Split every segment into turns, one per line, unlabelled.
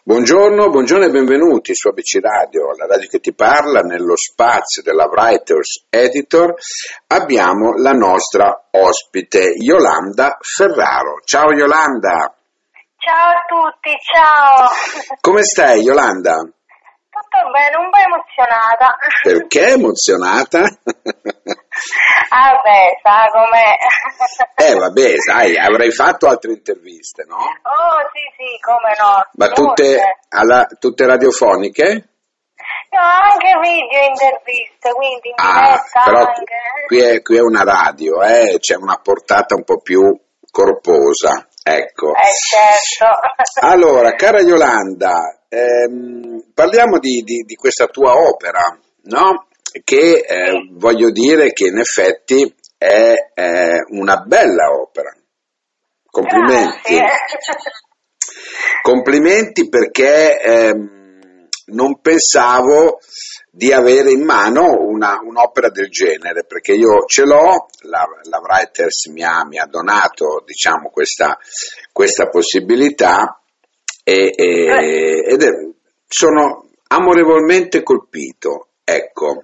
Buongiorno e benvenuti su ABC Radio, la radio che ti parla. Nello spazio della Writers Editor abbiamo la nostra ospite Yolanda Ferraro. Ciao Yolanda!
Ciao a tutti, ciao!
Come stai Yolanda?
Tutto bene, un po' emozionata.
Perché emozionata?
Sa com'è.
Vabbè, sai, avrai fatto altre interviste, no?
Oh, sì, come no.
Ma tutte radiofoniche?
No, anche video interviste, quindi in diretta
però
anche.
qui è una radio, c'è una portata un po' più corposa, ecco.
Certo.
Allora, cara Yolanda, parliamo di questa tua opera, no? Che voglio dire che in effetti è una bella opera. Complimenti.
Grazie.
Complimenti perché non pensavo di avere in mano un'opera del genere, perché io ce l'ho, la Writers mi ha donato, diciamo, questa possibilità sono amorevolmente colpito, ecco.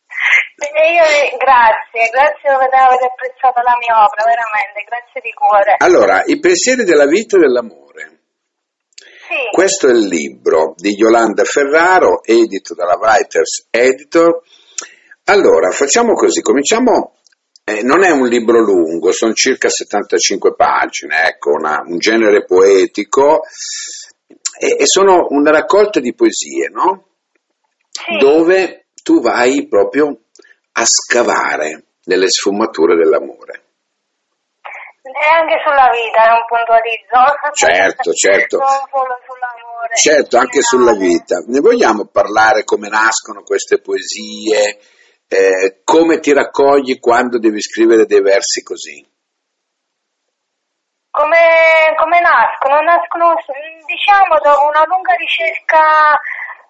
Grazie per aver apprezzato la mia opera, veramente, grazie di cuore.
Allora, I pensieri della vita e dell'amore.
Sì.
Questo è il libro di Yolanda Ferraro, edito dalla Writers Editor. Allora, facciamo così, cominciamo. Non è un libro lungo, sono circa 75 pagine, ecco, un genere poetico, e sono una raccolta di poesie, no?
Sì.
Dove tu vai proprio a scavare nelle sfumature dell'amore.
E anche sulla vita, non puntualizzo.
Certo.
Non solo sull'amore.
Certo, anche sulla vita. Ne vogliamo parlare, come nascono queste poesie, come ti raccogli quando devi scrivere dei versi così?
Come nascono? Nascono, diciamo, dopo una lunga ricerca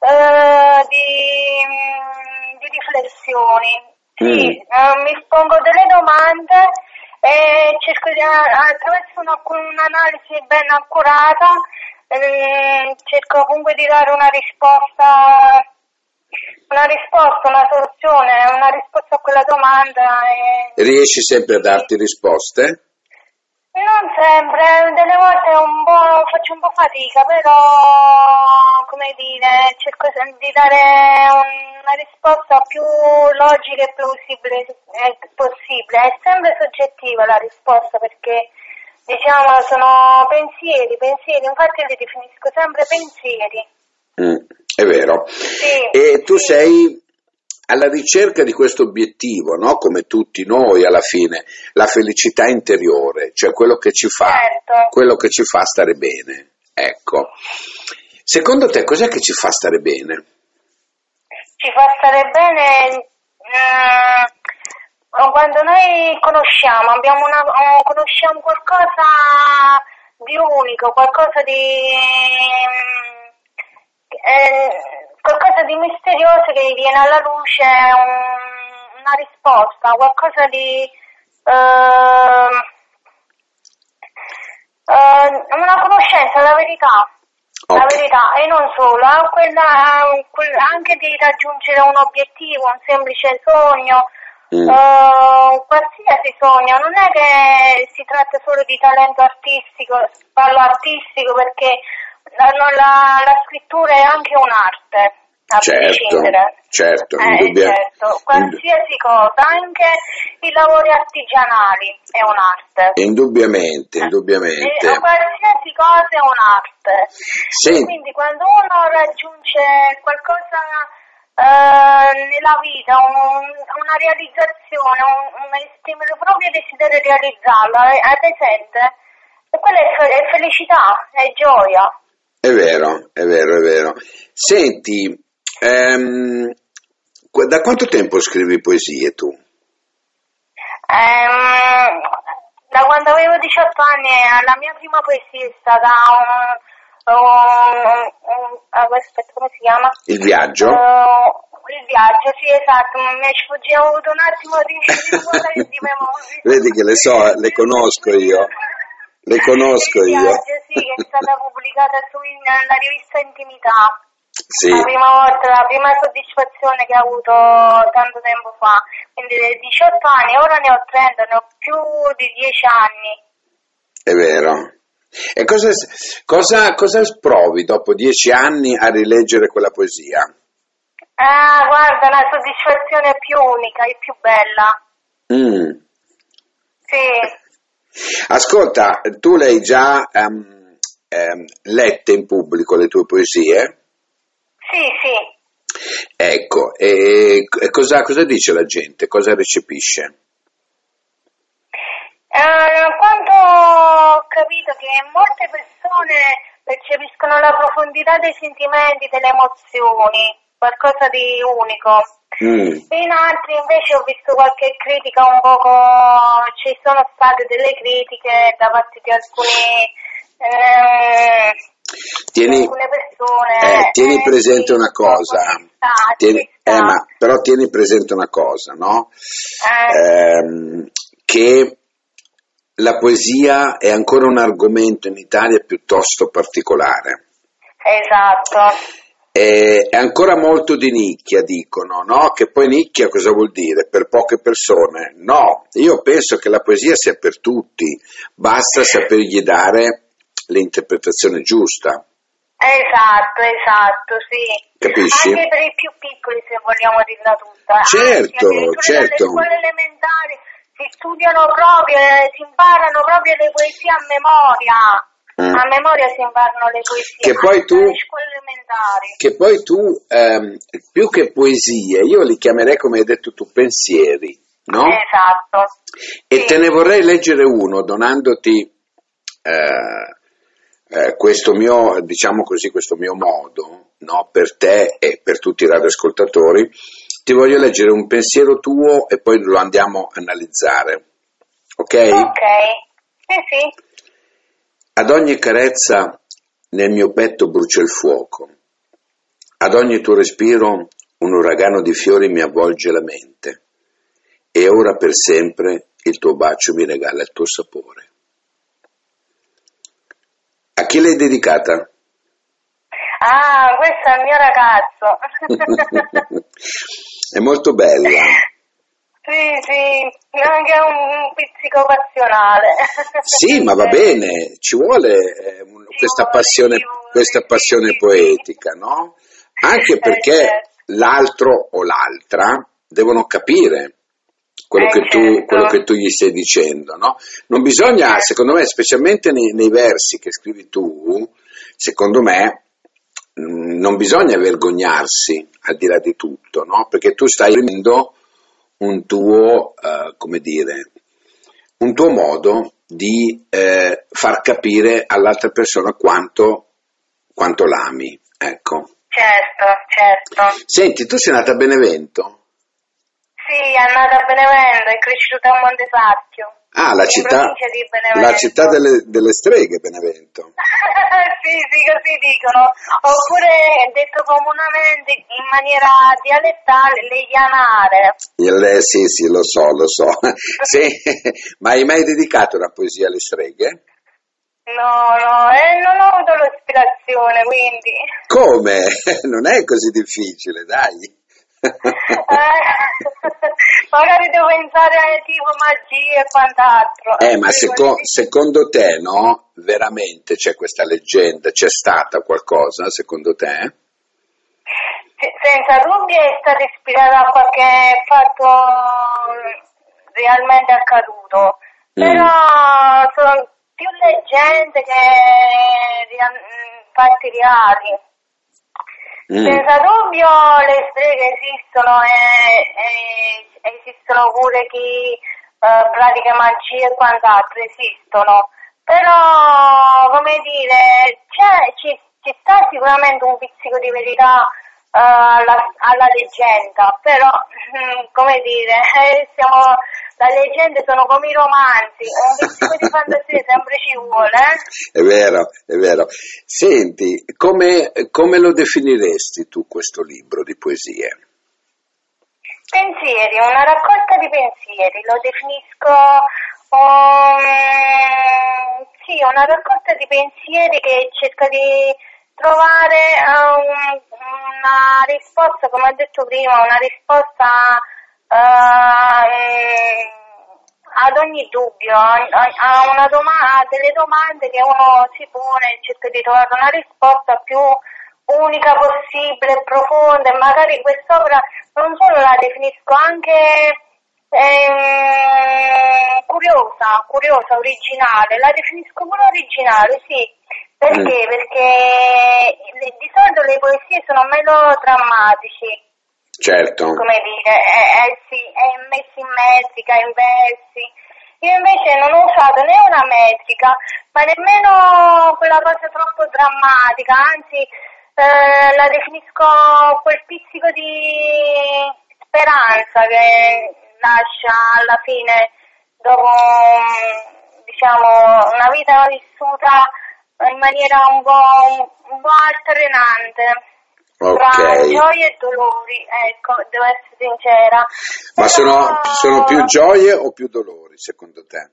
di riflessioni. Sì, mi pongo delle domande e cerco attraverso un'analisi ben accurata, cerco comunque di dare una risposta, una soluzione, una risposta a quella domanda.
Riesci sempre a darti risposte?
Non sempre, delle volte faccio un po' fatica, però, come dire, cerco di dare una risposta più logica e plausibile possibile. È sempre soggettiva la risposta, perché, diciamo, sono pensieri, infatti li definisco sempre pensieri.
È vero.
Sì,
e tu sei alla ricerca di questo obiettivo, no? Come tutti noi alla fine, la felicità interiore, cioè quello che ci fa,
certo.
Quello che ci fa stare bene. Ecco. Secondo te cos'è che ci fa stare bene?
Ci fa stare bene quando noi conosciamo qualcosa di unico, qualcosa di misterioso che viene alla luce, una risposta, qualcosa di una conoscenza, la verità.
Okay.
La verità, e non solo, anche di raggiungere un obiettivo, un semplice sogno, qualsiasi sogno. Non è che si tratta solo di talento artistico, parlo artistico perché la scrittura è anche un'arte, a prescindere.
Certo,
certo, qualsiasi cosa, anche i lavori artigianali è un'arte.
Indubbiamente.
Qualsiasi cosa è un'arte.
Sì.
E quindi quando uno raggiunge qualcosa nella vita, una realizzazione, esprime il proprio desiderio di realizzarla, è presente, e quella è felicità, è gioia.
È vero. Senti, da quanto tempo scrivi poesie tu?
Da quando avevo 18 anni, la mia prima poesia è stata aspetta, come si chiama?
Il viaggio?
Il viaggio, sì, esatto, mi è sfuggito, ho avuto un attimo di memoria.
Vedi che le conosco io. Le conosco
Mi
io.
piace, sì, che è stata pubblicata nella rivista Intimità.
Sì,
La prima volta, la prima soddisfazione che ho avuto tanto tempo fa. Quindi dai 18 anni, ora ne ho 30, ne ho più di 10 anni.
è vero. E cosa provi dopo 10 anni a rileggere quella poesia?
Ah, guarda, la soddisfazione più unica e più bella.
Mm.
Sì.
Ascolta, tu le hai già lette in pubblico le tue poesie?
Sì, sì.
Ecco, e cosa dice la gente? Cosa recepisce?
Quanto ho capito che molte persone percepiscono la profondità dei sentimenti, delle emozioni, qualcosa di unico.
Mm.
In altri invece ho visto qualche critica un poco, ci sono state delle critiche da parte di alcune persone.
Tieni presente
Sì,
una cosa,
ci sta.
però tieni presente una cosa, no?
Eh,
Che la poesia è ancora un argomento in Italia piuttosto particolare.
esatto.
È ancora molto di nicchia, dicono, no? Che poi nicchia cosa vuol dire? Per poche persone? No, io penso che la poesia sia per tutti, basta sapergli dare l'interpretazione giusta.
Esatto, sì.
Capisci?
Anche per i più piccoli, se vogliamo dirla tutta.
Certo,
Anzi, addirittura
certo.
dalle scuole elementari si studiano proprio, si imparano proprio le poesie a memoria. A memoria si imparano le poesie.
Che poi tu,
dalle scuole elementari.
che poi tu più che poesie, io li chiamerei, come hai detto tu, pensieri, no?
Esatto.
E
Sì.
te ne vorrei leggere uno, donandoti questo mio, diciamo così, questo mio modo, no? Per te e per tutti i radioascoltatori. Ti voglio leggere un pensiero tuo e poi lo andiamo a analizzare, ok?
Ok, sì.
Ad ogni carezza nel mio petto brucia il fuoco, ad ogni tuo respiro un uragano di fiori mi avvolge la mente, e ora per sempre il tuo bacio mi regala il tuo sapore. A chi l'hai dedicata?
Ah, questo è il mio ragazzo.
È molto bella.
Sì, anche un pizzico passionale.
Sì, ma va bene, ci vuole questa passione poetica, no? Anche perché
Certo.
l'altro o l'altra devono capire quello che tu gli stai dicendo, no? Non bisogna, secondo me, specialmente nei versi che scrivi tu, secondo me, non bisogna vergognarsi al di là di tutto, no? Perché tu stai esprimendo un tuo, come dire, un tuo modo di far capire all'altra persona quanto l'ami, ecco.
Certo.
Senti, tu sei nata a Benevento?
Sì, è nata a Benevento, è cresciuta a Montesacchio.
Ah,
in provincia di Benevento.
la città delle streghe, Benevento.
sì, così dicono. Oppure, detto comunemente, in maniera dialettale, le Ianare.
Sì, lo so. Sì, ma hai mai dedicato una poesia alle streghe?
No, non ho avuto l'ispirazione, quindi.
Come? Non è così difficile, dai.
Magari devo pensare a tipo magia e quant'altro.
Ma secondo te, no? Veramente c'è questa leggenda? C'è stata qualcosa, secondo te?
Senza dubbio è stata ispirata a qualche fatto realmente accaduto, però sono più leggende che fatti reali. Senza dubbio le streghe esistono e esistono pure chi pratica magia e quant'altro, esistono, però come dire ci sta sicuramente un pizzico di verità alla leggenda, però come dire la leggenda sono come i romanzi, un pizzico di fantasia sempre ci vuole.
È vero. Senti, come lo definiresti tu questo libro di poesie?
Pensieri, una raccolta di pensieri, lo definisco Sì, una raccolta di pensieri che cerca di trovare una risposta, come ho detto prima, una risposta ad ogni dubbio, a delle domande che uno si pone e cerca di trovare una risposta più unica possibile, profonda, e magari quest'opera non solo la definisco anche curiosa, originale, la definisco pure originale, sì, perché? Perché di solito le poesie sono melodrammatici.
Certo.
Come dire, sì, è messi in metrica, in versi. Io invece non ho usato né una metrica, ma nemmeno quella cosa troppo drammatica, anzi la definisco quel pizzico di speranza che lascia alla fine, dopo diciamo una vita vissuta in maniera un po' altalenante. Tra gioie e dolori, ecco, devo essere sincera.
Ma sono più gioie o più dolori, secondo te?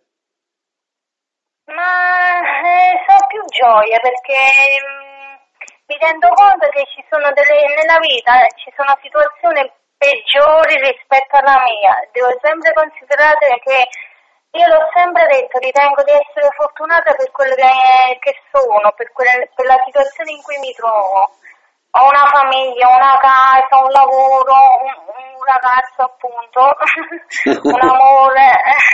Ma sono più gioie, perché mi rendo conto che ci sono nella vita ci sono situazioni peggiori rispetto alla mia. Devo sempre considerare che io l'ho sempre detto, ritengo di essere fortunata per quello che sono, per la situazione in cui mi trovo. Ho una famiglia, una casa, un lavoro, un ragazzo appunto, un amore,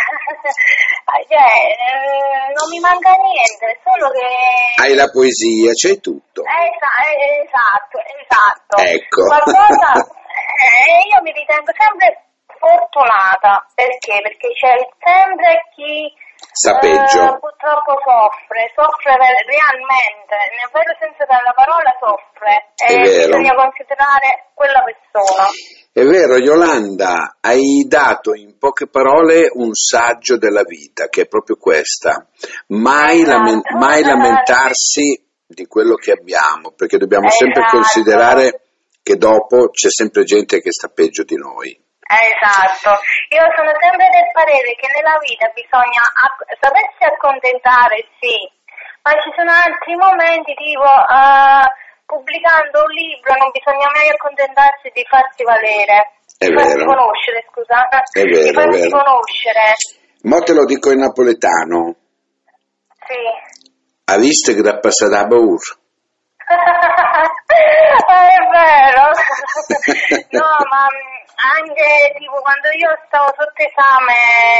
non mi manca niente, solo che...
Hai la poesia, c'hai tutto.
Esatto.
Ecco.
Qualcosa, io mi ritengo sempre fortunata, perché? Perché c'è sempre chi...
Sta peggio.
Purtroppo soffre realmente, nel vero senso della parola soffre, e bisogna considerare quella persona.
È vero, Yolanda, hai dato in poche parole un saggio della vita, che è proprio questa: mai lamentarsi di quello che abbiamo, perché dobbiamo sempre considerare che dopo c'è sempre gente che sta peggio di noi.
Esatto, io sono sempre del parere che nella vita bisogna sapersi accontentare, sì, ma ci sono altri momenti, tipo pubblicando un libro non bisogna mai accontentarsi di farsi valere, farsi conoscere, scusa, di farsi conoscere.
Mo te lo dico in napoletano.
Sì.
Ha visto che da passare a Baur?
È vero. No, ma anche tipo quando io stavo sotto esame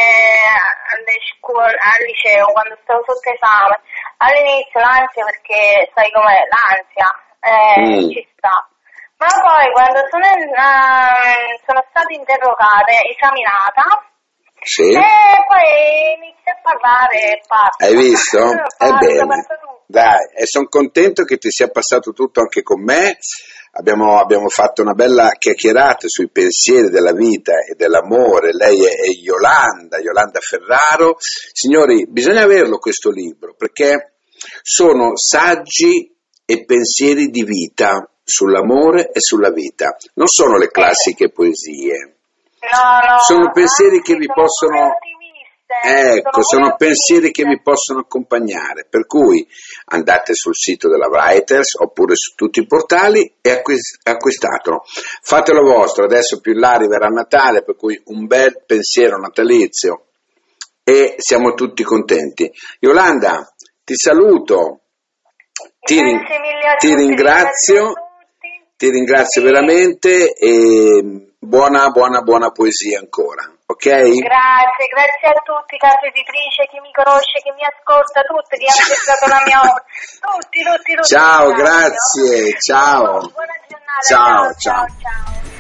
al liceo, quando stavo sotto esame, all'inizio l'ansia, perché sai com'è l'ansia, ci sta. Ma poi quando sono stata interrogata, esaminata,
sì.
E poi inizio a parlare e basta.
Hai visto? È bene. Dai, e sono contento che ti sia passato tutto anche con me. Abbiamo fatto una bella chiacchierata sui pensieri della vita e dell'amore. Lei è Yolanda Ferraro. Signori, bisogna averlo questo libro, perché sono saggi e pensieri di vita sull'amore e sulla vita. Non sono le classiche poesie.
No,
sono pensieri che vi possono... Ecco, sono pensieri che vi possono accompagnare, per cui andate sul sito della Writers oppure su tutti i portali e acquistatelo. Fatelo vostro, adesso più in là arriverà Natale, per cui un bel pensiero natalizio e siamo tutti contenti. Yolanda, ti saluto, ti ringrazio veramente e buona poesia ancora. Okay.
Grazie a tutti, case editrice, chi mi conosce, chi mi ascolta, tutti, chi ha apprezzato la mia opera, tutti.
Ciao, grazie, ciao.
Buona giornata, ciao.